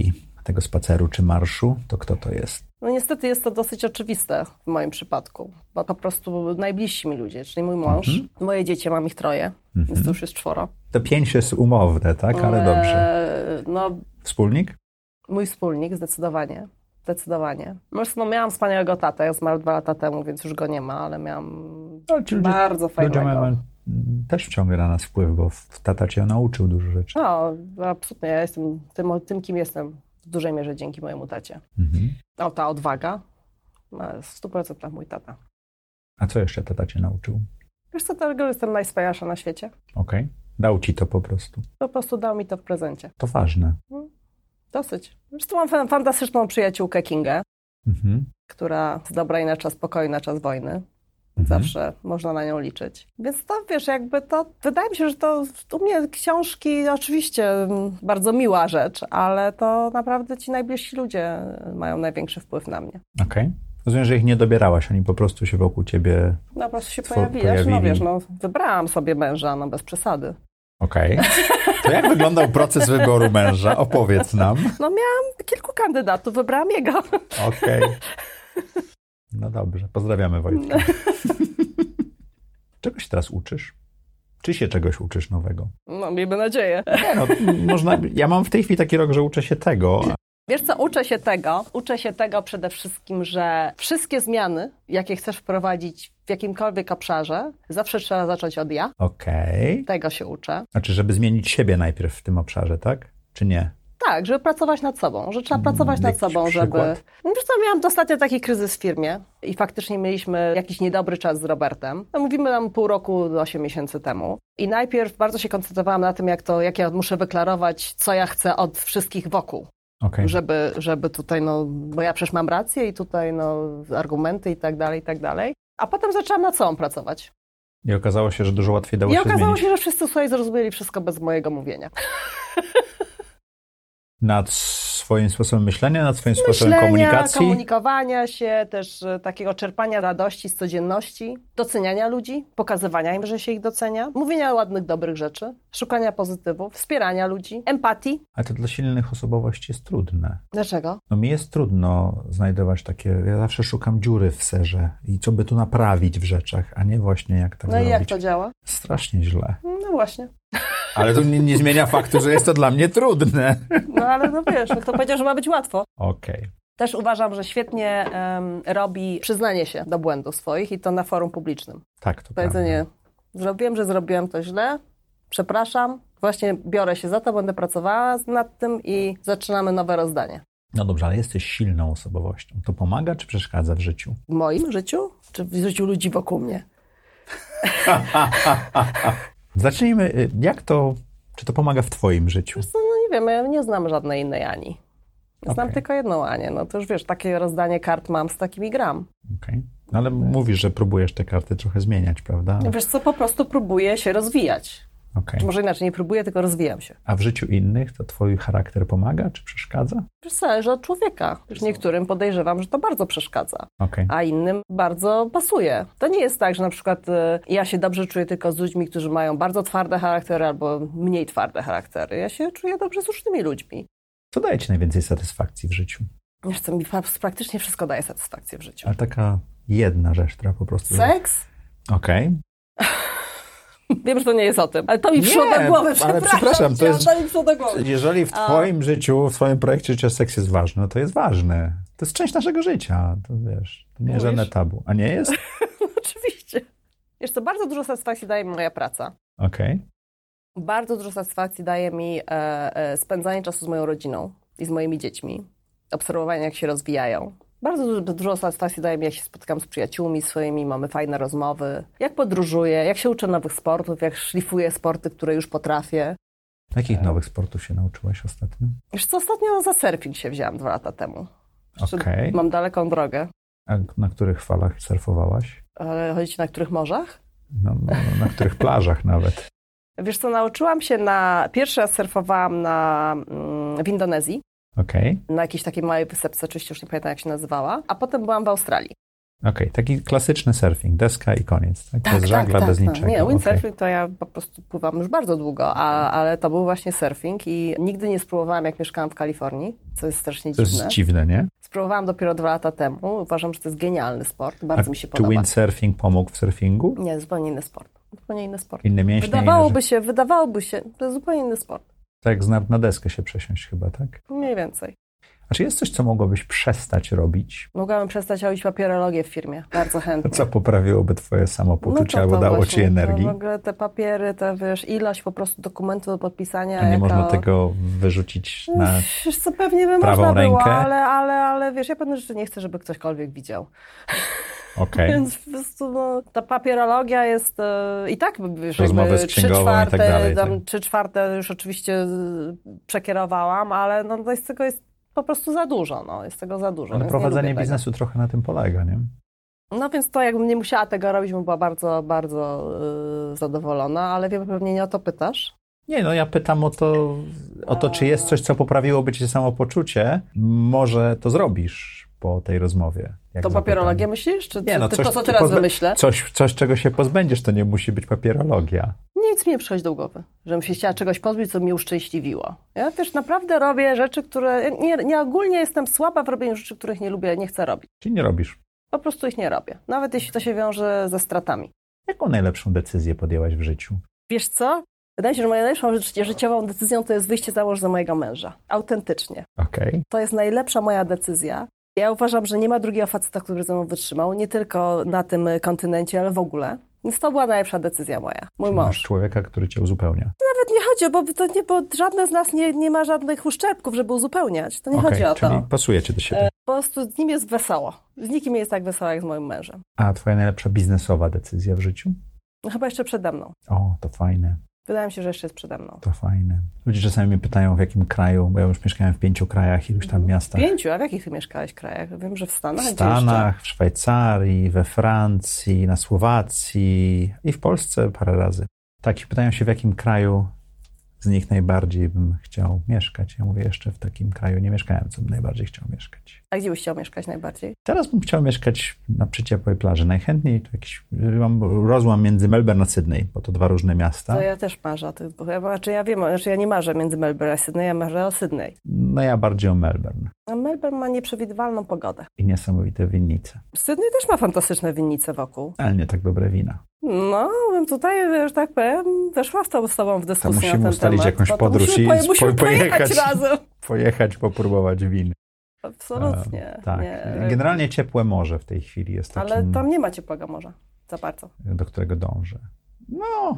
tego spaceru czy marszu, to kto to jest? No niestety jest to dosyć oczywiste w moim przypadku, bo po prostu najbliżsi mi ludzie, czyli mój mąż, mhm. moje dzieci, mam ich troje, mhm. więc to już jest czworo. To pięć jest umowne, tak? Ale eee, dobrze. No, Wspólnik? Mój wspólnik, zdecydowanie. Zdecydowanie. Zresztą miałam wspaniałego tatę, zmarł dwa lata temu, więc już go nie ma, ale miałam ale bardzo fajnego. Ludzie mają też ciągle na nas wpływ, bo tata cię nauczył dużo rzeczy. No, absolutnie. Ja jestem tym, tym kim jestem w dużej mierze dzięki mojemu tacie. Mhm. O, ta odwaga w stu procentach mój tata. A co jeszcze tata cię nauczył? Wiesz co, tego jestem najwspanialsza na świecie. Okej. Okay. Dał ci to po prostu. Po prostu dał mi to w prezencie. To ważne. Hmm. Dosyć. Zresztą mam fantastyczną przyjaciółkę Kingę, mhm. która jest dobra i na czas pokoju, na czas wojny. Mhm. Zawsze można na nią liczyć. Więc to, wiesz, jakby to, wydaje mi się, że to u mnie książki oczywiście bardzo miła rzecz, ale to naprawdę ci najbliżsi ludzie mają największy wpływ na mnie. Okej. Okay. Rozumiem, że ich nie dobierałaś, oni po prostu się wokół ciebie No po prostu się pojawili. pojawili. No wiesz, no wybrałam sobie męża, no bez przesady. Okej. Okay. To jak wyglądał proces wyboru męża? Opowiedz nam. No miałam kilku kandydatów, wybrałam jego. Okej. Okay. No dobrze, pozdrawiamy Wojtka. Czego się teraz uczysz? Czy się czegoś uczysz nowego? No, miejmy nadzieję. Nie, no, można, ja mam w tej chwili taki rok, że uczę się tego. Wiesz co, uczę się tego. Uczę się tego przede wszystkim, że wszystkie zmiany, jakie chcesz wprowadzić w jakimkolwiek obszarze, zawsze trzeba zacząć od ja. Okej. Okay. Tego się uczę. Znaczy, żeby zmienić siebie najpierw w tym obszarze, tak? Czy nie? Tak, żeby pracować nad sobą, że trzeba pracować nad sobą, żeby... Wiesz co, miałam ostatnio taki kryzys w firmie i faktycznie mieliśmy jakiś niedobry czas z Robertem. No, mówimy tam pół roku do osiem miesięcy temu. I najpierw bardzo się koncentrowałam na tym, jak to, jak ja muszę wyklarować, co ja chcę od wszystkich wokół. Okay. Żeby, żeby tutaj, no, bo ja przecież mam rację i tutaj, no, argumenty i tak dalej, i tak dalej. A potem zaczęłam nad sobą pracować. I okazało się, że dużo łatwiej dało I się okazało zmienić. się, że wszyscy sobie zrozumieli wszystko bez mojego mówienia. Nad swoim sposobem myślenia, nad swoim Myślenia, sposobem komunikacji? komunikowania się, też takiego czerpania radości z codzienności, doceniania ludzi, pokazywania im, że się ich docenia, mówienia ładnych, dobrych rzeczy, szukania pozytywów, wspierania ludzi, empatii. Ale to dla silnych osobowości jest trudne. Dlaczego? No mi jest trudno znajdować takie, ja zawsze szukam dziury w serze i co by tu naprawić w rzeczach, a nie właśnie jak tak No zrobić. i jak to działa? Strasznie źle. No właśnie. Ale to nie, nie zmienia faktu, że jest to dla mnie trudne. No ale no wiesz, kto powiedział, że ma być łatwo. Okej. Okay. Też uważam, że świetnie um, robi przyznanie się do błędów swoich i to na forum publicznym. Tak, to powiedzenie, zrobiłem, że zrobiłem to źle, przepraszam, właśnie biorę się za to, będę pracowała nad tym i zaczynamy nowe rozdanie. No dobrze, ale jesteś silną osobowością. To pomaga czy przeszkadza w życiu? W moim życiu? Czy w życiu ludzi wokół mnie? Zacznijmy, jak to, czy to pomaga w twoim życiu? No, no nie wiem, ja nie znam żadnej innej Ani. Znam okay. tylko jedną Anię, no to już wiesz, takie rozdanie kart mam, z takimi gram. Okej, okay. No ale mówisz, że próbujesz te karty trochę zmieniać, prawda? No wiesz co, po prostu próbuję się rozwijać. Okay. Czy może inaczej, nie próbuję, tylko rozwijam się. A w życiu innych to twój charakter pomaga, czy przeszkadza? Wiesz, zależy od człowieka. Wiesz, niektórym podejrzewam, że to bardzo przeszkadza, okay. a innym bardzo pasuje. To nie jest tak, że na przykład y, ja się dobrze czuję tylko z ludźmi, którzy mają bardzo twarde charaktery albo mniej twarde charaktery. Ja się czuję dobrze z różnymi ludźmi. Co daje ci najwięcej satysfakcji w życiu? Wiesz co, mi praktycznie wszystko daje satysfakcję w życiu. Ale taka jedna rzecz, która po prostu... Seks? Okej. Okay. Wiem, że to nie jest o tym, ale to mi przyszło do głowy, przepraszam. Ale przepraszam, to jest, to mi do głowy. Jeżeli w twoim A... życiu, w twoim projekcie życia seks jest ważny, no to jest ważny. To jest część naszego życia, to wiesz, to nie jest żadne tabu. A nie jest? Oczywiście. Wiesz co, bardzo dużo satysfakcji daje mi moja praca. Okej. Okay. Bardzo dużo satysfakcji daje mi e, e, spędzanie czasu z moją rodziną i z moimi dziećmi. Obserwowanie, jak się rozwijają. Bardzo dużo, dużo satysfakcji daje mi, jak się spotykam z przyjaciółmi swoimi, mamy fajne rozmowy, jak podróżuję, jak się uczę nowych sportów, jak szlifuję sporty, które już potrafię. Jakich nowych sportów się nauczyłaś ostatnio? Wiesz co, ostatnio za surfing się wzięłam dwa lata temu. Okay. Mam daleką drogę. A na których falach surfowałaś? Ale chodzi ci na których morzach? No, no, na których plażach nawet. Wiesz co, nauczyłam się na... Pierwszy raz surfowałam na, w Indonezji. Okay. Na jakiejś takiej małej wysepce, oczywiście już nie pamiętam jak się nazywała, a potem byłam w Australii. Okej, okay, taki klasyczny surfing, deska i koniec, tak? tak bez żagla, tak, bez tak, niczego. Nie, windsurfing okay. to ja po prostu pływam już bardzo długo, a, ale to był właśnie surfing i nigdy nie spróbowałam, jak mieszkałam w Kalifornii, co jest strasznie to dziwne. To jest dziwne, nie? Spróbowałam dopiero dwa lata temu. Uważam, że to jest genialny sport, bardzo a mi się podoba. Czy windsurfing pomógł w surfingu? Nie, zupełnie inny sport. Zupełnie inny sport. Inne mięśnie? Wydawałoby inne... się, wydawałoby się, to jest zupełnie inny sport. Tak jak na deskę się przesiąść chyba, tak? Mniej więcej. A czy jest coś, co mogłabyś przestać robić? Mogłabym przestać robić papierologię w firmie, bardzo chętnie. Co poprawiłoby twoje samopoczucie no albo dało właśnie, ci energii? W ogóle te papiery, te wiesz, ilość po prostu dokumentów do podpisania. A nie jako... można tego wyrzucić na Wiesz co, pewnie by prawą można rękę? było, ale, ale, ale wiesz, ja pewne rzeczy nie chcę, żeby ktośkolwiek widział. Okay. Więc po prostu no, ta papierologia jest e, i tak, wiesz, rozmowy z księgową czwarte, i tak dalej. Tam, tak. trzy czwarte już oczywiście przekierowałam, ale no, to jest tego jest po prostu za dużo, no, jest tego za dużo. Ale prowadzenie biznesu tego. trochę na tym polega, nie? No więc to jakbym nie musiała tego robić, bym była bardzo, bardzo yy, zadowolona, ale wiem, pewnie nie o to pytasz. Nie, no ja pytam o to, o to, czy jest coś, co poprawiłoby ci samopoczucie. Może to zrobisz po tej rozmowie. Jak to zapytam. papierologię myślisz? Czy nie, no ty, coś, to, co teraz pozbę- wymyślę? Coś, coś, czego się pozbędziesz, to nie musi być papierologia. Nic mi nie przychodzi do głowy, żebym się chciała czegoś pozbyć, co mnie uszczęśliwiło. Ja też naprawdę robię rzeczy, które... Nie, nie ogólnie jestem słaba w robieniu rzeczy, których nie lubię, nie chcę robić. Czyli nie robisz? Po prostu ich nie robię. Nawet jeśli to się wiąże ze stratami. Jaką najlepszą decyzję podjęłaś w życiu? Wiesz co? Wydaje mi się, że moją najlepszą życiową decyzją to jest wyjście za mąż za mojego męża. Autentycznie. Okej. Okay. To jest najlepsza moja decyzja. Ja uważam, że nie ma drugiego faceta, który ze mną wytrzymał. Nie tylko na tym kontynencie, ale w ogóle. Więc to była najlepsza decyzja moja. Mój Czyli mąż. Masz człowieka, który cię uzupełnia. Nawet nie chodzi, bo, to nie, bo żadne z nas nie, nie ma żadnych uszczerbków, żeby uzupełniać. To nie okay, chodzi o czyli to. pasujecie do siebie. Po prostu z nim jest wesoło. Z nikim nie jest tak wesoło jak z moim mężem. A twoja najlepsza biznesowa decyzja w życiu? No, chyba jeszcze przede mną. O, to fajne. Wydaje mi się, że jeszcze jest przede mną. To fajne. Ludzie czasami mnie pytają, w jakim kraju, bo ja już mieszkałem w pięciu krajach, iluś tam miastach. Pięciu? A w jakich ty mieszkałeś krajach? Wiem, że w Stanach. W Stanach, w Szwajcarii, we Francji, na Słowacji i w Polsce parę razy. Tak, i pytają się, w jakim kraju z nich najbardziej bym chciał mieszkać. Ja mówię, jeszcze w takim kraju nie mieszkałem, co bym najbardziej chciał mieszkać. A gdzie byś chciał mieszkać najbardziej? Teraz bym chciał mieszkać na przyciepłej plaży. Najchętniej to jakiś, mam rozłam między Melbourne a Sydney, bo to dwa różne miasta. To ja też marzę o tych dwóch. Ja, znaczy ja wiem, znaczy ja nie marzę między Melbourne a Sydney, ja marzę o Sydney. No ja bardziej o Melbourne. A Melbourne ma nieprzewidywalną pogodę. I niesamowite winnice. Sydney też ma fantastyczne winnice wokół. Ale nie tak dobre wina. No, bym tutaj, że tak powiem, weszła w to z tobą w dyskusję to musimy na ten ustalić temat. jakąś No, podróż musimy, i poje, musimy po, pojechać, pojechać razem. Pojechać, popróbować win. Absolutnie. E, tak. Nie. Generalnie ciepłe morze w tej chwili jest takim... Ale tam nie ma ciepłego morza. Za bardzo. Do którego dążę. No,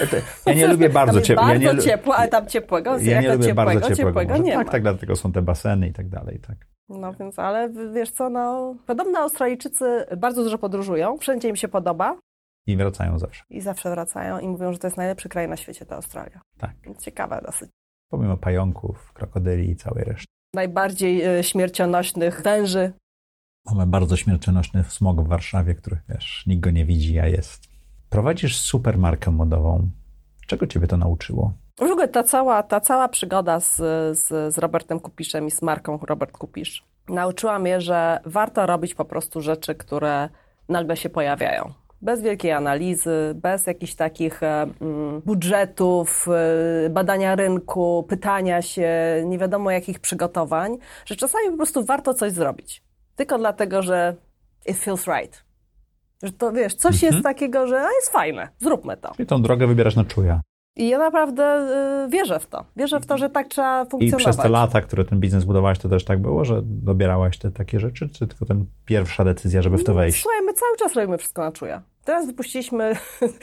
ja nie lubię bardzo, tam ciepłego. bardzo Ja nie, ciepło, ale tam ciepłego, ja nie lubię ciepłego, bardzo ciepłego, ciepłego morza. nie Tak, ma. tak, dlatego są te baseny i tak dalej, tak. No więc, ale wiesz co, no, podobno Australijczycy bardzo dużo podróżują, wszędzie im się podoba. I wracają zawsze. I zawsze wracają i mówią, że to jest najlepszy kraj na świecie, ta Australia. Tak. Więc ciekawe dosyć. Pomimo pająków, krokodyli i całej reszty. Najbardziej y, śmiercionośnych węży. Mamy bardzo śmiercionośny smog w Warszawie, który, wiesz, nikt go nie widzi, a jest. Prowadzisz super markę modową. Czego ciebie to nauczyło? W ogóle ta cała, ta cała przygoda z, z, z Robertem Kupiszem i z marką Robert Kupisz nauczyła mnie, że warto robić po prostu rzeczy, które nagle się pojawiają. Bez wielkiej analizy, bez jakichś takich mm, budżetów, y, badania rynku, pytania się, nie wiadomo jakich przygotowań, że czasami po prostu warto coś zrobić. Tylko dlatego, że it feels right. Że to, wiesz, coś mhm. jest takiego, że a, jest fajne, zróbmy to. I tą drogę wybierasz na czuja. I ja naprawdę y, wierzę w to. Wierzę w to, że tak trzeba funkcjonować. I przez te lata, które ten biznes budowałaś, to też tak było, że dobierałaś te takie rzeczy, czy tylko ten pierwsza decyzja, żeby w to wejść? Słuchaj, my cały czas robimy wszystko na czuja. Teraz wypuściliśmy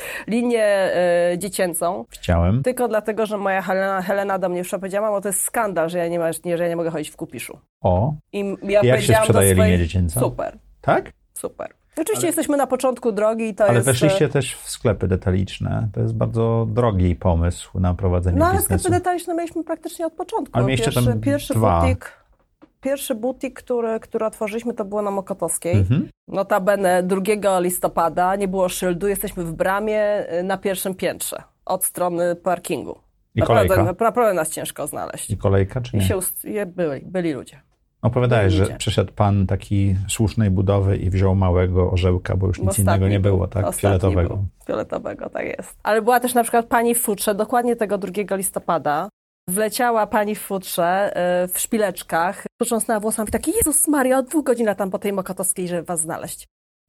linię y, dziecięcą. Chciałem. Tylko dlatego, że moja Helena, Helena do mnie już powiedziała, mamo, to jest skandal, że ja nie, ma, nie, że ja nie mogę chodzić w Kupiszu. O. I ja I jak się sprzedaje swojej... linię dziecięcą? Super. Tak? Super. Oczywiście ale... jesteśmy na początku drogi i to ale jest... Ale weszliście też w sklepy detaliczne. To jest bardzo drogi pomysł na prowadzenie no, ale biznesu. sklepy detaliczne mieliśmy praktycznie od początku. Ale mieliście pierwszy, tam pierwszy dwa. butik, pierwszy butik, który, który otworzyliśmy, to było na Mokotowskiej. Mhm. Notabene drugiego listopada, nie było szyldu, jesteśmy w bramie na pierwszym piętrze, od strony parkingu. I naprawdę, kolejka? naprawdę nas ciężko znaleźć. I kolejka, czy nie? I się ust- byli, byli ludzie. Opowiadałeś, nie że przyszedł pan taki słusznej budowy i wziął małego orzełka, bo już nic Ostatni innego nie był. było, tak? Ostatni Fioletowego. Był. Fioletowego, tak jest. Ale była też na przykład pani w futrze, dokładnie tego drugiego listopada. Wleciała pani w futrze, yy, w szpileczkach, począsnęła włosami, taki Jezus Maria, od dwóch godzin latam po tej Mokotowskiej, żeby was znaleźć.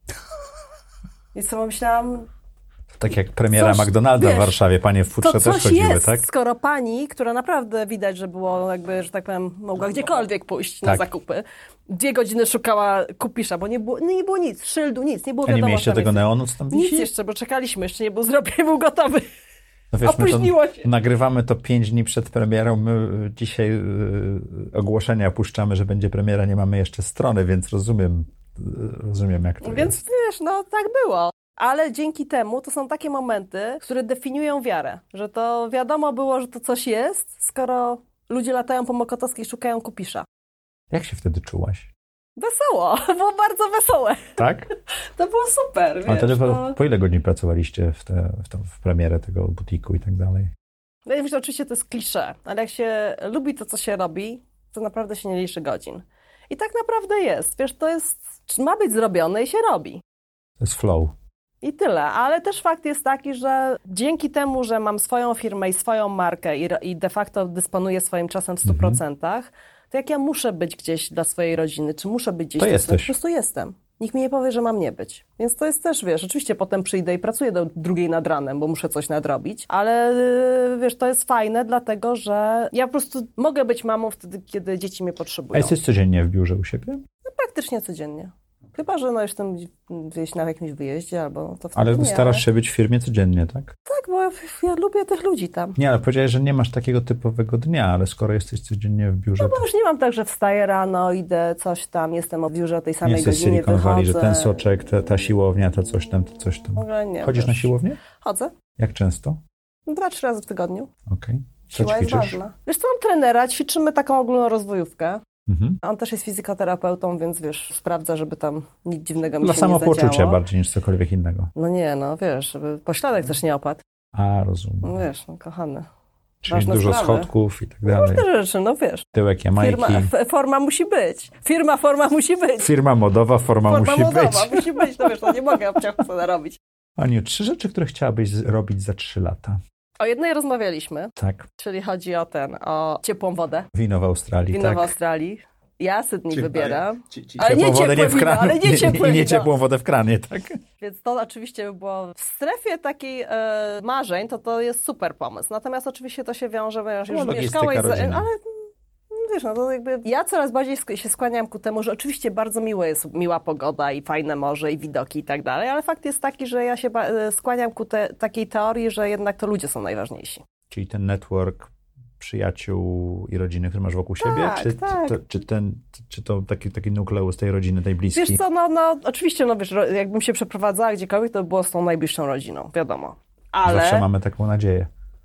I co myślałam... Tak jak premiera coś, McDonalda wiesz, w Warszawie, panie w futrze to też coś chodziły, jest, tak? skoro pani, która naprawdę widać, że było jakby, że tak powiem, mogła gdziekolwiek pójść tak. na zakupy, dwie godziny szukała kupisza, bo nie było, nie było nic, szyldu, nic, nie było A nie wiadomo, mieliście tego jest. neonu, co tam wisi? Nic jeszcze, bo czekaliśmy, jeszcze nie był zrobiony, nie był gotowy. No wiesz, Opóźniło to się. Nagrywamy to pięć dni przed premierą. My dzisiaj y, ogłoszenia puszczamy, że będzie premiera, nie mamy jeszcze strony, więc rozumiem, y, rozumiem jak to Więc jest. wiesz, no tak było. Ale dzięki temu to są takie momenty, które definiują wiarę. Że to wiadomo było, że to coś jest, skoro ludzie latają po Mokotowskiej i szukają kupisza. Jak się wtedy czułaś? Wesoło, było bardzo wesołe. Tak? To było super, wiesz. Ale to no. po ile godzin pracowaliście w, te, w, to, w premierę tego butiku i tak dalej? No i wiesz, oczywiście to jest klisze, ale jak się lubi to, co się robi, to naprawdę się nie liczy godzin. I tak naprawdę jest. Wiesz, to jest, ma być zrobione i się robi. To jest flow. I tyle, ale też fakt jest taki, że dzięki temu, że mam swoją firmę i swoją markę i, i de facto dysponuję swoim czasem w stu procentach, mhm. to jak ja muszę być gdzieś dla swojej rodziny, czy muszę być gdzieś... To dla jesteś. swojej, po prostu jestem. Nikt mi nie powie, że mam nie być. Więc to jest też, wiesz, oczywiście potem przyjdę i pracuję do drugiej nad ranem, bo muszę coś nadrobić, ale wiesz, to jest fajne, dlatego że ja po prostu mogę być mamą wtedy, kiedy dzieci mnie potrzebują. A jesteś codziennie w biurze u siebie? No, praktycznie codziennie. Chyba, że no jestem gdzieś na jakimś wyjeździe, albo to wtedy Ale nie, starasz ale... się być w firmie codziennie, tak? Tak, bo ja, ja lubię tych ludzi tam. Nie, ale powiedziałeś, że nie masz takiego typowego dnia, ale skoro jesteś codziennie w biurze... No bo to... już nie mam tak, że wstaję rano, idę coś tam, jestem o biurze o tej Nie samej jesteś godzinie, Silicon Valley, że wychodzę. ten soczek, ta, ta siłownia, to coś tam, to coś tam. Może nie, Chodzisz wiesz. na siłownię? Chodzę. Jak często? Dwa, trzy razy w tygodniu. Okej. Okay. Co Siła jest ćwiczysz? ważna. Wiesz co, mam trenera, ćwiczymy taką ogólną rozwojówkę. Mhm. On też jest fizjoterapeutą, więc wiesz, sprawdza, żeby tam nic dziwnego mi Dla się nie zadziało. samopoczucia bardziej niż cokolwiek innego. No nie, no wiesz, żeby pośladek też nie opadł. A, rozumiem. No wiesz, no kochany. Czyli ważne dużo sprawy. schodków i tak dalej. Różne rzeczy, no wiesz. Tyłek Jamajki. Firma, f- forma musi być. Firma, forma musi być. Firma modowa, forma, Forma musi modowa, być. musi być, no wiesz, no nie mogę obciachu sobie narobić. Aniu, trzy rzeczy, które chciałabyś z- robić za trzy lata. O jednej rozmawialiśmy, Tak. czyli chodzi o ten, o ciepłą wodę. Wino w Australii, Wino tak. w Australii. Ja Sydney Czyli- wybieram. Ci- ci- Ale nie ciepłą wodę ciepłe w wino, kranie, ale nie ciepłe I nie wino. ciepłą wodę w kranie, tak? Więc to oczywiście by było w strefie takiej e, marzeń, to to jest super pomysł. Natomiast oczywiście to się wiąże, że już No, logistyka mieszkałeś, za, rodziny. ale no wiesz, no to jakby ja coraz bardziej sk- się skłaniam ku temu, że oczywiście bardzo miło jest miła pogoda i fajne morze i widoki i tak dalej, ale fakt jest taki, że ja się ba- e, skłaniam ku te, takiej teorii, że jednak to ludzie są najważniejsi. Czyli ten network przyjaciół i rodziny, które masz wokół siebie? Tak, Czy, tak. To, czy, ten, czy to taki, taki nukleus tej rodziny, tej bliskiej? Wiesz co, no, no oczywiście, no wiesz, ro- jakbym się przeprowadzała gdziekolwiek, to by było z tą najbliższą rodziną, wiadomo. Ale Zawsze mamy taką nadzieję.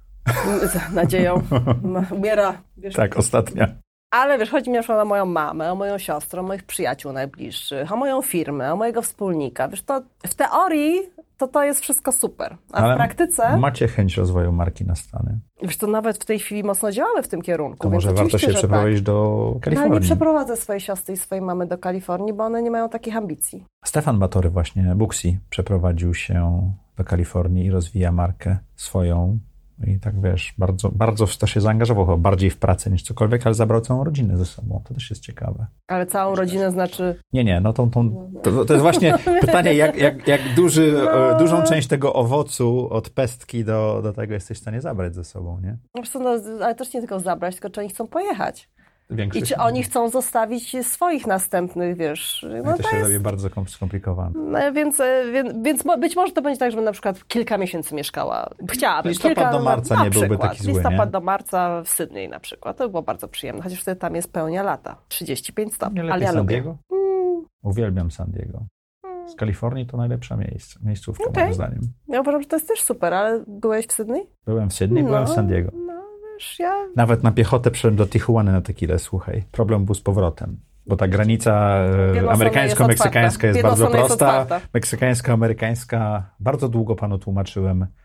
z nadzieją ma- umiera, wiesz. Tak, ostatnia. Ale wiesz, chodzi mi na przykład o moją mamę, o moją siostrę, o moich przyjaciół najbliższych, o moją firmę, o mojego wspólnika. Wiesz, to w teorii to to jest wszystko super, a Ale w praktyce, macie chęć rozwoju marki na Stany. wiesz, to nawet w tej chwili mocno działamy w tym kierunku. To więc może warto oczywiście, się że przeprowadzić tak. do Ale Kalifornii. nie przeprowadzę swojej siostry i swojej mamy do Kalifornii, bo one nie mają takich ambicji. Stefan Batory właśnie, Booksy, przeprowadził się do Kalifornii i rozwija markę swoją. I tak wiesz, bardzo, bardzo w to się zaangażował, chyba bardziej w pracę niż cokolwiek, ale zabrał całą rodzinę ze sobą. To też jest ciekawe. Ale całą rodzinę znaczy... Nie, nie, no tą, tą, to, to jest właśnie pytanie, jak, jak, jak duży, No. dużą część tego owocu od pestki do, do tego jesteś w stanie zabrać ze sobą, nie? Wiesz co, no, ale też nie tylko zabrać, tylko czy oni chcą pojechać. I Większość, czy oni chcą zostawić swoich następnych, wiesz... No No to to się jest... robi bardzo kom- skomplikowane. No, więc, e, więc, więc mo- być może to będzie tak, żebym na przykład kilka miesięcy mieszkała. Chciałabym. Listopad kilka, do marca na nie byłby przykład. taki zły, Listopad nie? do marca w Sydney na przykład. To by było bardzo przyjemne. Chociaż wtedy tam jest pełnia lata. trzydzieści pięć stopni. Nie lepiej Ale ja San lubię. Diego? Mm, Uwielbiam San Diego. Z Kalifornii to najlepsza miejsce, miejscówka Okej. moim zdaniem. ja uważam, że to jest też super, ale byłeś w Sydney? Byłem w Sydney, byłem w San Diego. No, wiesz, ja... Nawet na piechotę przyszedłem do Tijuany na tequilę, słuchaj. Problem był z powrotem. Bo ta granica e, Jednosona amerykańsko-meksykańska jest, jest bardzo otwarta. Jednosona jest prosta. otwarta. Meksykańsko-amerykańska, bardzo długo panu tłumaczyłem,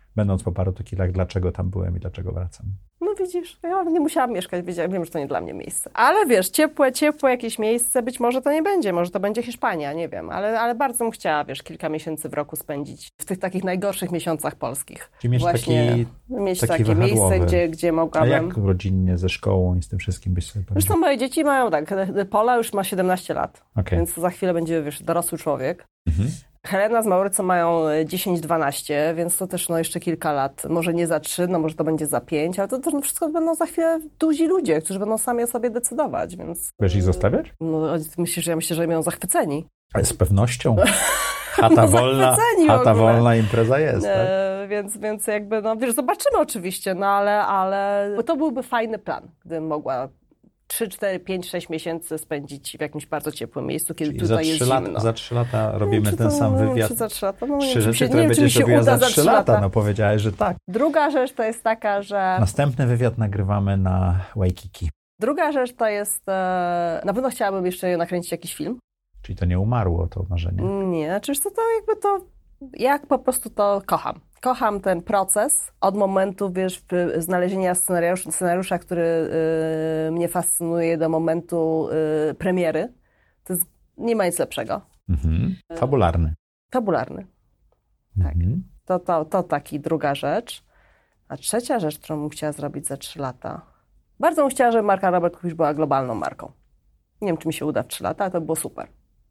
będąc po paru kilach, dlaczego tam byłem i dlaczego wracam. No widzisz, ja nie musiałam mieszkać, wiedziałam, wiem, że to nie dla mnie miejsce. Ale wiesz, ciepłe, ciepłe jakieś miejsce, być może to nie będzie, może to będzie Hiszpania, nie wiem, ale, ale bardzo bym chciała, wiesz, kilka miesięcy w roku spędzić w tych takich najgorszych miesiącach polskich. Czyli mieć Właśnie taki, mieć taki takie miejsce, gdzie, gdzie mogłabym... A jak rodzinnie, ze szkołą i z tym wszystkim byś sobie powiedział? Zresztą moje dzieci mają tak, Pola już ma siedemnaście lat, okay. więc za chwilę będzie, wiesz, dorosły człowiek. Mhm. Helena z Maurycem mają dziesięć dwanaście, więc to też no, jeszcze kilka lat. Może nie za trzy, no może to będzie za pięć, ale to też no, wszystko będą za chwilę duzi ludzie, którzy będą sami o sobie decydować, więc... Będziesz ich zostawiać? No myślę, że ja myślę, że będą zachwyceni. Ale z pewnością. Chata wolna, chata wolna impreza jest, tak? E, więc, więc jakby, no wiesz, zobaczymy oczywiście, no ale, ale to byłby fajny plan, gdybym mogła trzy, cztery, pięć, sześć miesięcy spędzić w jakimś bardzo ciepłym miejscu, kiedy Czyli tutaj za jest lat, zimno. Za trzy lata robimy nie, ten to, sam no, wywiad. Czy za trzy lata? No, trzy nie, rzeczy, się, które nie będziesz wiem, robiła za za trzy lata. No powiedziałeś, że tak. Druga rzecz to jest taka, że... Następny wywiad nagrywamy na Waikiki. Druga rzecz to jest... E, na pewno chciałabym jeszcze nakręcić jakiś film. Czyli to nie umarło, to marzenie? Nie, znaczy wiesz co, to jakby to... Jak po prostu to kocham. Kocham ten proces od momentu, wiesz, znalezienia scenariusza, scenariusza który y, mnie fascynuje, do momentu y, premiery. To jest, nie ma nic lepszego. Mhm. Fabularny. Fabularny. Tak. Mhm. To, to, to taki druga rzecz. A trzecia rzecz, którą bym chciała zrobić za trzy lata. Bardzo bym chciała, żeby marka Robert Kubisz była globalną marką. Nie wiem, czy mi się uda w trzy lata, ale to było super.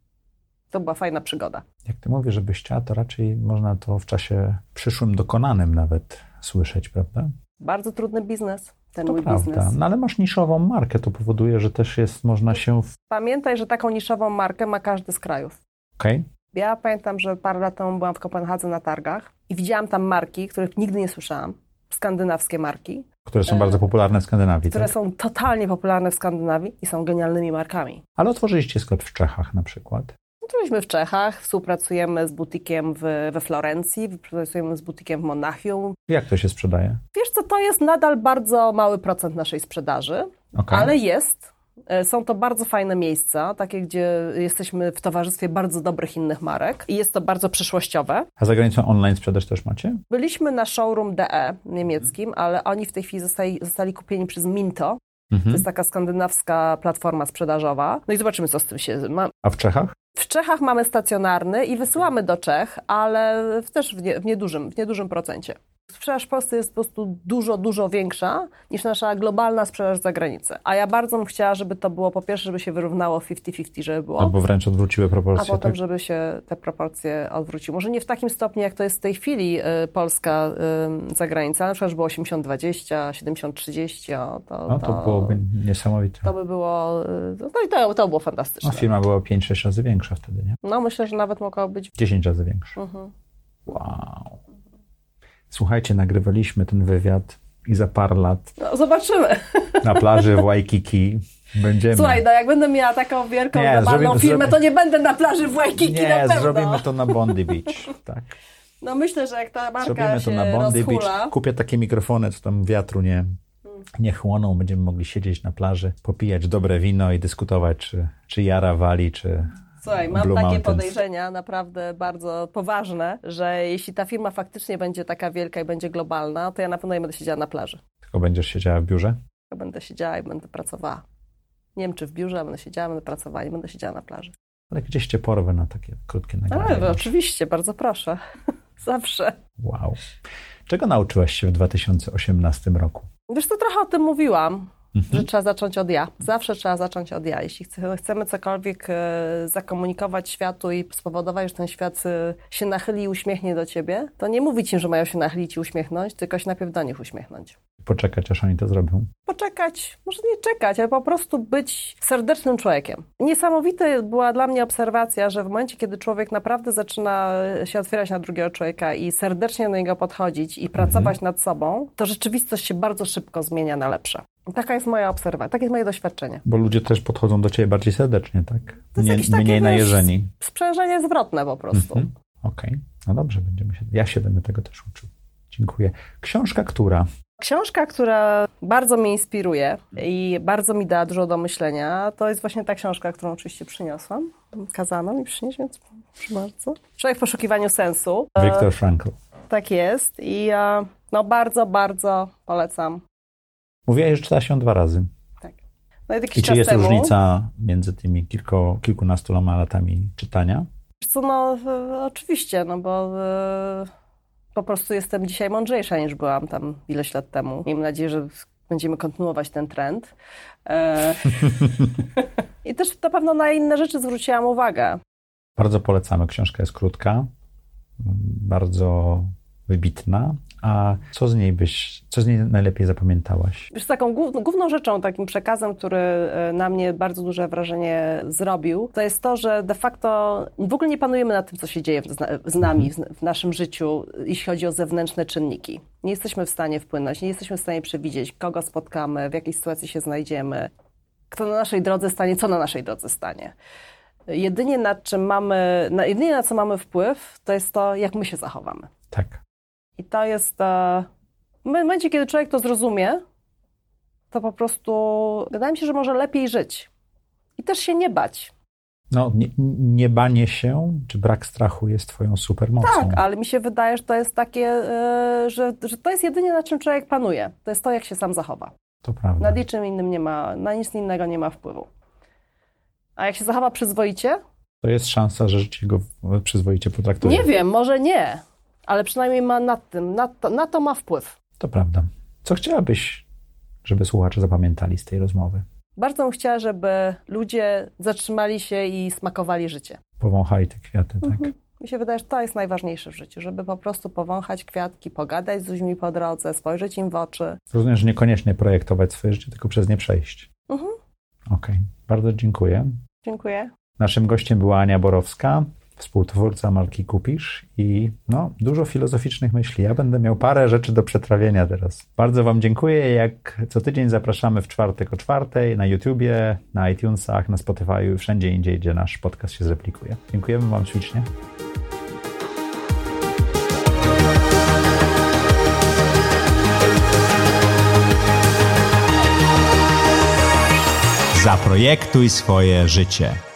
To była fajna przygoda. Jak ty mówisz, żebyś chciała, to raczej można to w czasie przyszłym, dokonanym nawet słyszeć, prawda? Bardzo trudny biznes, ten to mój prawda. biznes. No ale masz niszową markę, to powoduje, że też jest, można się... W... Pamiętaj, że taką niszową markę ma każdy z krajów. Okej. Okay. Ja pamiętam, że parę lat temu byłam w Kopenhadze na targach i widziałam tam marki, których nigdy nie słyszałam. Skandynawskie marki. Które są e... bardzo popularne w Skandynawii. Które tak? są totalnie popularne w Skandynawii i są genialnymi markami. Ale otworzyliście sklep w Czechach na przykład. Otworzyliśmy w Czechach, współpracujemy z butikiem w, we Florencji, współpracujemy z butikiem w Monachium. Jak to się sprzedaje? Wiesz co, to jest nadal bardzo mały procent naszej sprzedaży, okay. ale jest. Są to bardzo fajne miejsca, takie, gdzie jesteśmy w towarzystwie bardzo dobrych innych marek i jest to bardzo przyszłościowe. A za granicą online sprzedaż też macie? Byliśmy na showroom D E niemieckim, ale oni w tej chwili zostali, zostali kupieni przez Minto. Mhm. To jest taka skandynawska platforma sprzedażoa. No i zobaczymy, co z tym się... Ma... A w Czechach? W Czechach mamy stacjonarny i wysyłamy do Czech, ale też w, nie, w, niedużym, w niedużym procencie. Sprzedaż w Polsce jest po prostu dużo, dużo większa niż nasza globalna sprzedaż za granicę. A ja bardzo bym chciała, żeby to było, po pierwsze, żeby się wyrównało pięćdziesiąt pięćdziesiąt, żeby było. Albo wręcz odwróciły proporcje. A potem, tak? żeby się te proporcje odwróciły. Może nie w takim stopniu, jak to jest w tej chwili y, Polska y, za granicą, ale na przykład, żeby było osiemdziesiąt dwadzieścia, siedemdziesiąt trzydzieści. O, to, no to, to byłoby niesamowite. To by było, y, no i to, to było fantastyczne. No, firma była pięć sześć razy większa wtedy, nie? No myślę, że nawet mogła być... dziesięć razy większa. Mhm. Wow. Słuchajcie, nagrywaliśmy ten wywiad i za parę lat... No, zobaczymy. Na plaży w Waikiki będziemy... Słuchaj, no jak będę miała taką wielką, nie, globalną zrobimy, firmę, zrobi... to nie będę na plaży w Waikiki nie, na pewno. Nie, zrobimy to na Bondi Beach, tak. No myślę, że jak ta marka zrobimy się to na Bondi rozhula... Beach. Kupię takie mikrofony, co tam wiatru nie, nie chłoną. Będziemy mogli siedzieć na plaży, popijać dobre wino i dyskutować, czy, czy Jara wali, czy... Słuchaj, mam Blue takie Mountains. podejrzenia naprawdę bardzo poważne, że jeśli ta firma faktycznie będzie taka wielka i będzie globalna, to ja na pewno nie będę siedziała na plaży. Tylko będziesz siedziała w biurze? Będę siedziała i będę pracowała. Nie wiem, czy w biurze, będę siedziała, będę pracowała i będę siedziała na plaży. Ale gdzieś cię porwę na takie krótkie nagranie. Ale oczywiście, bardzo proszę. Zawsze. Wow. Czego nauczyłaś się w dwa tysiące osiemnastym roku? Wiesz, to trochę o tym mówiłam. Mhm. Że trzeba zacząć od ja. Zawsze trzeba zacząć od ja. Jeśli chcemy cokolwiek e, zakomunikować światu i spowodować, że ten świat e, się nachyli i uśmiechnie do ciebie, to nie mówić im, że mają się nachylić i uśmiechnąć, tylko się najpierw do nich uśmiechnąć. Poczekać, aż oni to zrobią? Poczekać, może nie czekać, ale po prostu być serdecznym człowiekiem. Niesamowita była dla mnie obserwacja, że w momencie, kiedy człowiek naprawdę zaczyna się otwierać na drugiego człowieka i serdecznie do niego podchodzić i pracować mhm. nad sobą, to rzeczywistość się bardzo szybko zmienia na lepsze. Taka jest moja obserwacja, takie jest moje doświadczenie. Bo ludzie też podchodzą do ciebie bardziej serdecznie, tak? To jest Nie, mniej najeżeni. Sprzężenie zwrotne po prostu. Mhm. Okej, okay. No dobrze, będziemy się, ja się będę tego też uczył. Dziękuję. Książka która? Książka, która bardzo mnie inspiruje i bardzo mi da dużo do myślenia, to jest właśnie ta książka, którą oczywiście przyniosłam. Kazano mi przynieść, więc proszę bardzo. Człowiek w poszukiwaniu sensu. Viktor Frankl. tak jest i no bardzo, bardzo polecam. Mówiłaś, że czyta się dwa razy. Tak. No i, I czy jest temu, różnica między tymi kilku, kilkunastoma latami czytania? Wiesz co, no oczywiście, no bo y, po prostu jestem dzisiaj mądrzejsza niż byłam tam ileś lat temu. Miejmy nadzieję, że będziemy kontynuować ten trend. E, I też na pewno na inne rzeczy zwróciłam uwagę. Bardzo polecamy. Książka jest krótka, bardzo wybitna. A co z niej byś, co z niej najlepiej zapamiętałaś? Wiesz, taką główną, główną rzeczą, takim przekazem, który na mnie bardzo duże wrażenie zrobił, to jest to, że de facto w ogóle nie panujemy nad tym, co się dzieje z nami, w naszym życiu, jeśli chodzi o zewnętrzne czynniki. Nie jesteśmy w stanie wpłynąć, nie jesteśmy w stanie przewidzieć, kogo spotkamy, w jakiej sytuacji się znajdziemy, kto na naszej drodze stanie, co na naszej drodze stanie. Jedynie nad czym mamy, jedynie na co mamy wpływ, to jest to, jak my się zachowamy. Tak. I to jest, w momencie, kiedy człowiek to zrozumie, to po prostu wydaje mi się, że może lepiej żyć. I też się nie bać. No, nie, nie banie się, czy brak strachu jest twoją supermocą. Tak, ale mi się wydaje, że to jest takie, że, że to jest jedynie na czym człowiek panuje. To jest to, jak się sam zachowa. To prawda. Nad niczym innym nie ma, na nic innego nie ma wpływu. A jak się zachowa przyzwoicie? To jest szansa, że życie go przyzwoicie potraktuje. Nie wiem, może nie. Ale przynajmniej ma nad tym, na to, na to ma wpływ. To prawda. Co chciałabyś, żeby słuchacze zapamiętali z tej rozmowy? Bardzo bym chciała, żeby ludzie zatrzymali się i smakowali życie. Powąchali te kwiaty, tak? Mhm. Mi się wydaje, że to jest najważniejsze w życiu, żeby po prostu powąchać kwiatki, pogadać z ludźmi po drodze, spojrzeć im w oczy. Rozumiem, że niekoniecznie projektować swoje życie, tylko przez nie przejść. Mhm. Okej. Okay. Bardzo dziękuję. Dziękuję. Naszym gościem była Ania Borowska, współtwórca marki Kupisz i no, dużo filozoficznych myśli. Ja będę miał parę rzeczy do przetrawienia teraz. Bardzo wam dziękuję. Jak co tydzień zapraszamy w czwartek o czwartej na YouTubie, na iTunesach, na Spotify i wszędzie indziej, gdzie nasz podcast się zreplikuje. Dziękujemy wam ślicznie. Zaprojektuj swoje życie.